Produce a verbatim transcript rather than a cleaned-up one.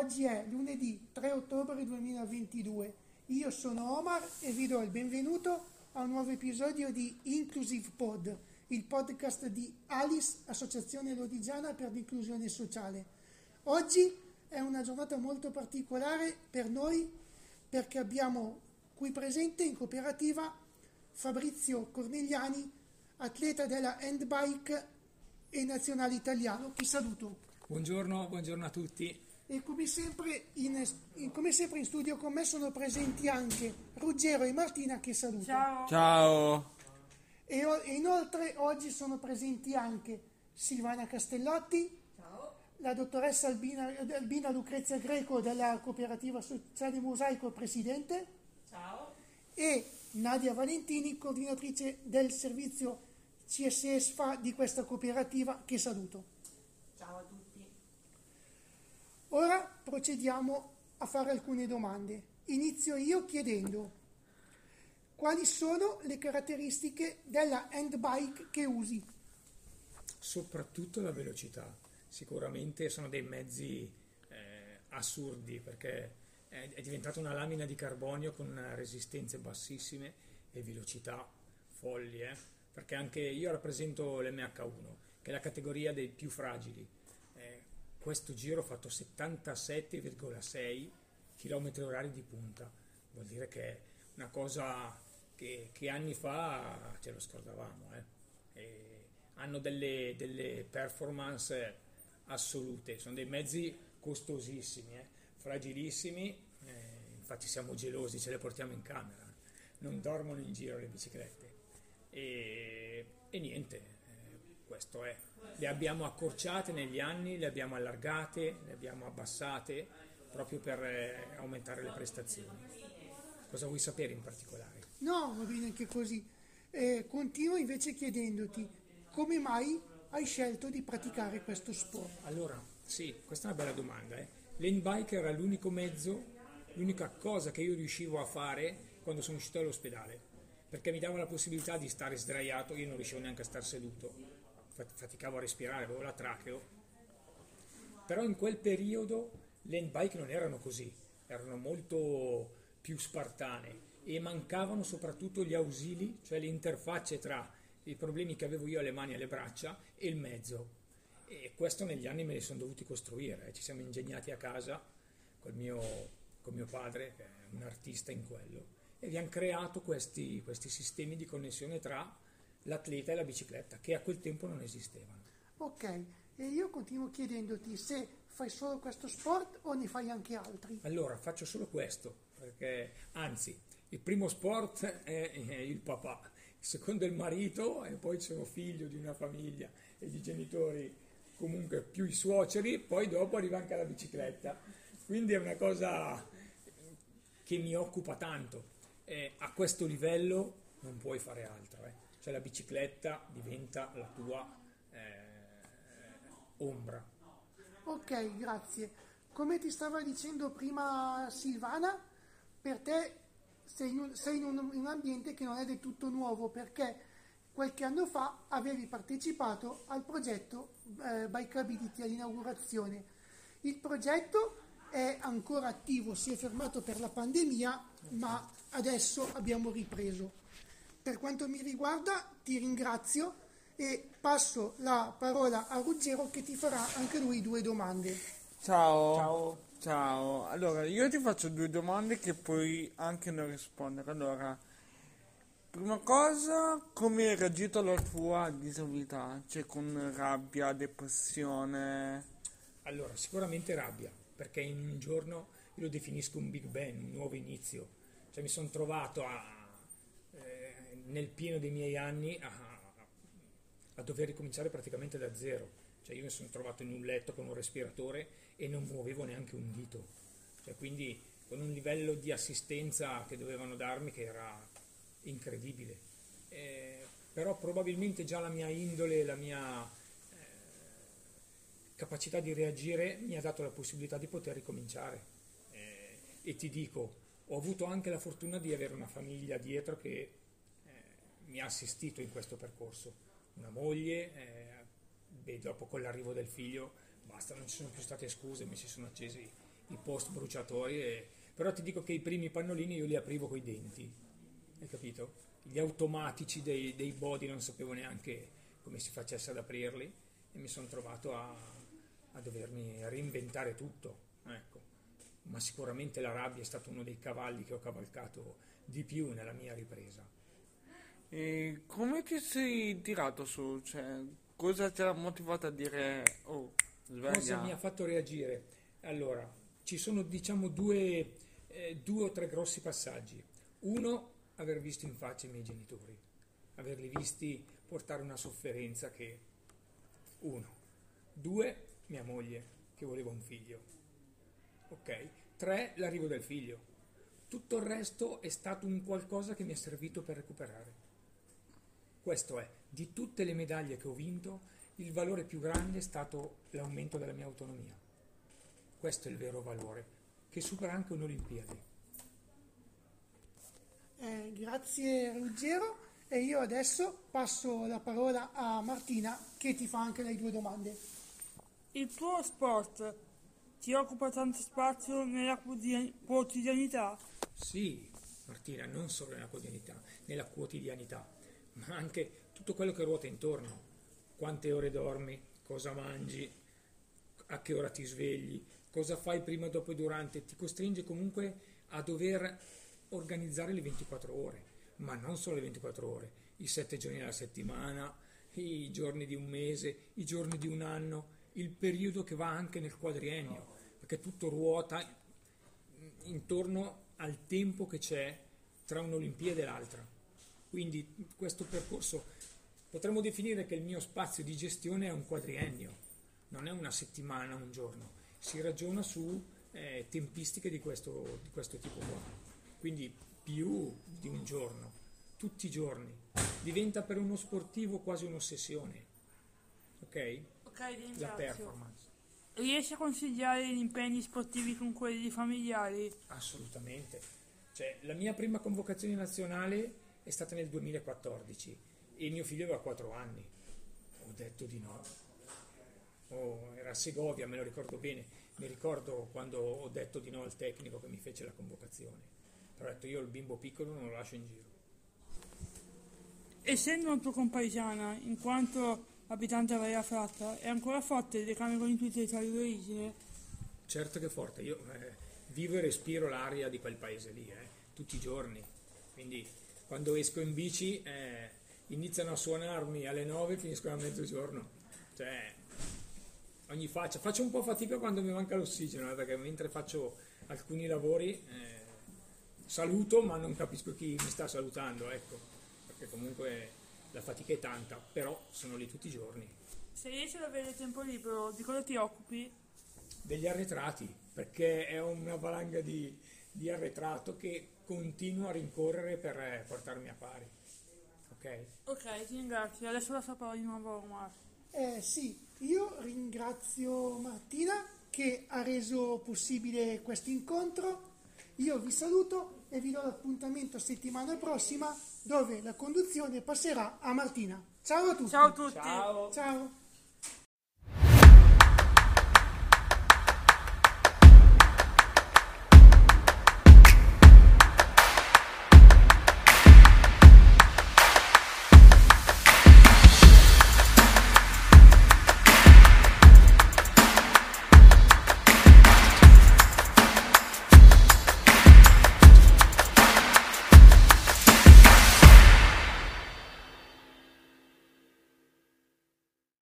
Oggi è lunedì tre ottobre duemilaventidue. Io sono Omar e vi do il benvenuto a un nuovo episodio di Inclusive Pod, il podcast di Alice, Associazione Lodigiana per l'Inclusione Sociale. Oggi è una giornata molto particolare per noi perché abbiamo qui presente in cooperativa Fabrizio Cornigliani, atleta della handbike e nazionale italiano. Ti saluto. Buongiorno, buongiorno a tutti. E come sempre in, in, come sempre in studio con me sono presenti anche Ruggero e Martina, che saluto. Ciao. Ciao. E, e inoltre oggi sono presenti anche Silvana Castellotti, Ciao. la dottoressa Albina, Albina Lucrezia Greco della Cooperativa Sociale Mosaico, presidente. Ciao. E Nadia Valentini, coordinatrice del servizio C S S F A di questa cooperativa, che saluto. Ciao a tutti. Ora procediamo a fare alcune domande. Inizio io chiedendo: quali sono le caratteristiche della handbike che usi? Soprattutto la velocità. Sicuramente sono dei mezzi eh, assurdi, perché è, è diventata una lamina di carbonio con resistenze bassissime e velocità folli, eh? Perché anche io rappresento l'M H uno, che è la categoria dei più fragili. Eh, questo giro ho fatto settantasette virgola sei chilometri orari di punta, vuol dire che è una cosa che, che anni fa ce lo scordavamo. Eh? E hanno delle, delle performance assolute, sono dei mezzi costosissimi, eh? fragilissimi, eh, infatti siamo gelosi, ce le portiamo in camera, non dormono in giro le biciclette. E, e niente, eh, questo è. Le abbiamo accorciate negli anni, le abbiamo allargate, le abbiamo abbassate proprio per eh, aumentare le prestazioni. Cosa vuoi sapere in particolare? No, va bene anche così. Eh, continuo invece chiedendoti come mai hai scelto di praticare questo sport? Allora, sì, questa è una bella domanda. Eh. L'handbike era l'unico mezzo, l'unica cosa che io riuscivo a fare quando sono uscito dall'ospedale, perché mi dava la possibilità di stare sdraiato, io non riuscivo neanche a star seduto, faticavo a respirare, avevo la tracheo. Però in quel periodo le handbike non erano così, erano molto più spartane e mancavano soprattutto gli ausili, cioè le interfacce tra i problemi che avevo io alle mani e alle braccia e il mezzo. E questo negli anni me li sono dovuti costruire, ci siamo ingegnati a casa col mio, col mio padre, che è un artista in quello, e abbiamo creato questi, questi sistemi di connessione tra l'atleta e la bicicletta, che a quel tempo non esistevano. Ok, e io continuo chiedendoti se fai solo questo sport o ne fai anche altri? Allora, faccio solo questo, perché anzi, il primo sport è, è il papà, il secondo è il marito, e poi sono figlio di una famiglia e di genitori, comunque più i suoceri, poi dopo arriva anche la bicicletta. Quindi è una cosa che mi occupa tanto. Eh, a questo livello non puoi fare altro, eh. Cioè la bicicletta diventa la tua eh, ombra. Ok, grazie. Come ti stava dicendo prima Silvana, per te sei in un, sei in un, in un ambiente che non è del tutto nuovo, perché qualche anno fa avevi partecipato al progetto eh, Bikeability all'inaugurazione. Il progetto è ancora attivo, si è fermato per la pandemia, ma adesso abbiamo ripreso. Per quanto mi riguarda ti ringrazio e passo la parola a Ruggero, che ti farà anche lui due domande. Ciao. Ciao. Ciao. Allora, io ti faccio due domande che puoi anche non rispondere. Allora, prima cosa, come hai reagito alla tua disabilità? Cioè con rabbia, depressione? Allora, sicuramente rabbia, perché in un giorno io lo definisco un Big Bang, un nuovo inizio. Cioè mi sono trovato a, eh, nel pieno dei miei anni a, a dover ricominciare praticamente da zero. Cioè io mi sono trovato in un letto con un respiratore e non muovevo neanche un dito. Cioè quindi con un livello di assistenza che dovevano darmi che era incredibile. Eh, però probabilmente già la mia indole, la mia eh, capacità di reagire mi ha dato la possibilità di poter ricominciare. Eh, e ti dico, ho avuto anche la fortuna di avere una famiglia dietro che eh, mi ha assistito in questo percorso, una moglie, eh, beh, dopo con l'arrivo del figlio basta, non ci sono più state scuse, mi si sono accesi i post bruciatori, e... però ti dico che i primi pannolini io li aprivo coi denti, hai capito? Gli automatici dei, dei body non sapevo neanche come si facesse ad aprirli e mi sono trovato a, a dovermi reinventare tutto, ecco. Ma sicuramente la rabbia è stato uno dei cavalli che ho cavalcato di più nella mia ripresa. E come ti sei tirato su? Cioè, cosa ti ha motivato a dire, oh, sveglia? Cosa mi ha fatto reagire? Allora, ci sono diciamo due, eh, due o tre grossi passaggi. Uno, aver visto in faccia i miei genitori, averli visti portare una sofferenza che... Uno. Due, mia moglie, che voleva un figlio. Ok? Tre, l'arrivo del figlio. Tutto il resto è stato un qualcosa che mi è servito per recuperare. Questo è, di tutte le medaglie che ho vinto, il valore più grande è stato l'aumento della mia autonomia. Questo è il vero valore, che supera anche un'Olimpiade. Eh, grazie Ruggero, e io adesso passo la parola a Martina che ti fa anche le due domande. Il tuo sport ti occupa tanto spazio nella quotidian- quotidianità? Sì, Martina, non solo nella quotidianità, nella quotidianità, ma anche tutto quello che ruota intorno. Quante ore dormi, cosa mangi, a che ora ti svegli, cosa fai prima, dopo e durante, ti costringe comunque a dover organizzare le ventiquattro ore, ma non solo le ventiquattro ore, i sette giorni della settimana, i giorni di un mese, i giorni di un anno, il periodo che va anche nel quadriennio, perché tutto ruota intorno al tempo che c'è tra un'Olimpiade e l'altra. Quindi questo percorso potremmo definire che il mio spazio di gestione è un quadriennio, non è una settimana, un giorno, si ragiona su eh, tempistiche di questo, di questo tipo qua, quindi più di un giorno, tutti i giorni, diventa per uno sportivo quasi un'ossessione, ok? Ok, ti ringrazio. La performance. Riesci a consigliare gli impegni sportivi con quelli familiari? Assolutamente. Cioè, la mia prima convocazione nazionale è stata nel duemilaquattordici e mio figlio aveva quattro anni. Ho detto di no. Oh, era a Segovia, me lo ricordo bene. Mi ricordo quando ho detto di no al tecnico che mi fece la convocazione. Però ho detto io il bimbo piccolo non lo lascio in giro. Essendo una tua compaesana, in quanto abitante a Varia Fratta, è ancora forte il legame con i tuoi territori di origine? Certo che è forte, io eh, vivo e respiro l'aria di quel paese lì, eh, tutti i giorni, quindi quando esco in bici eh, iniziano a suonarmi alle nove e finiscono a mezzogiorno, cioè ogni faccia, faccio un po' fatica quando mi manca l'ossigeno, eh, perché mentre faccio alcuni lavori eh, saluto ma non capisco chi mi sta salutando, ecco, perché comunque la fatica è tanta, però sono lì tutti i giorni. Se riesci ad avere tempo libero, di cosa ti occupi? Degli arretrati, perché è una valanga di, di arretrato che continuo a rincorrere per eh, portarmi a pari. Ok? Ok, ti ringrazio. Adesso la parola di nuovo a Omar. Eh, sì, io ringrazio Martina che ha reso possibile questo incontro. Io vi saluto e vi do l'appuntamento settimana prossima dove la conduzione passerà a Martina. Ciao a tutti. Ciao a tutti. Ciao! Ciao.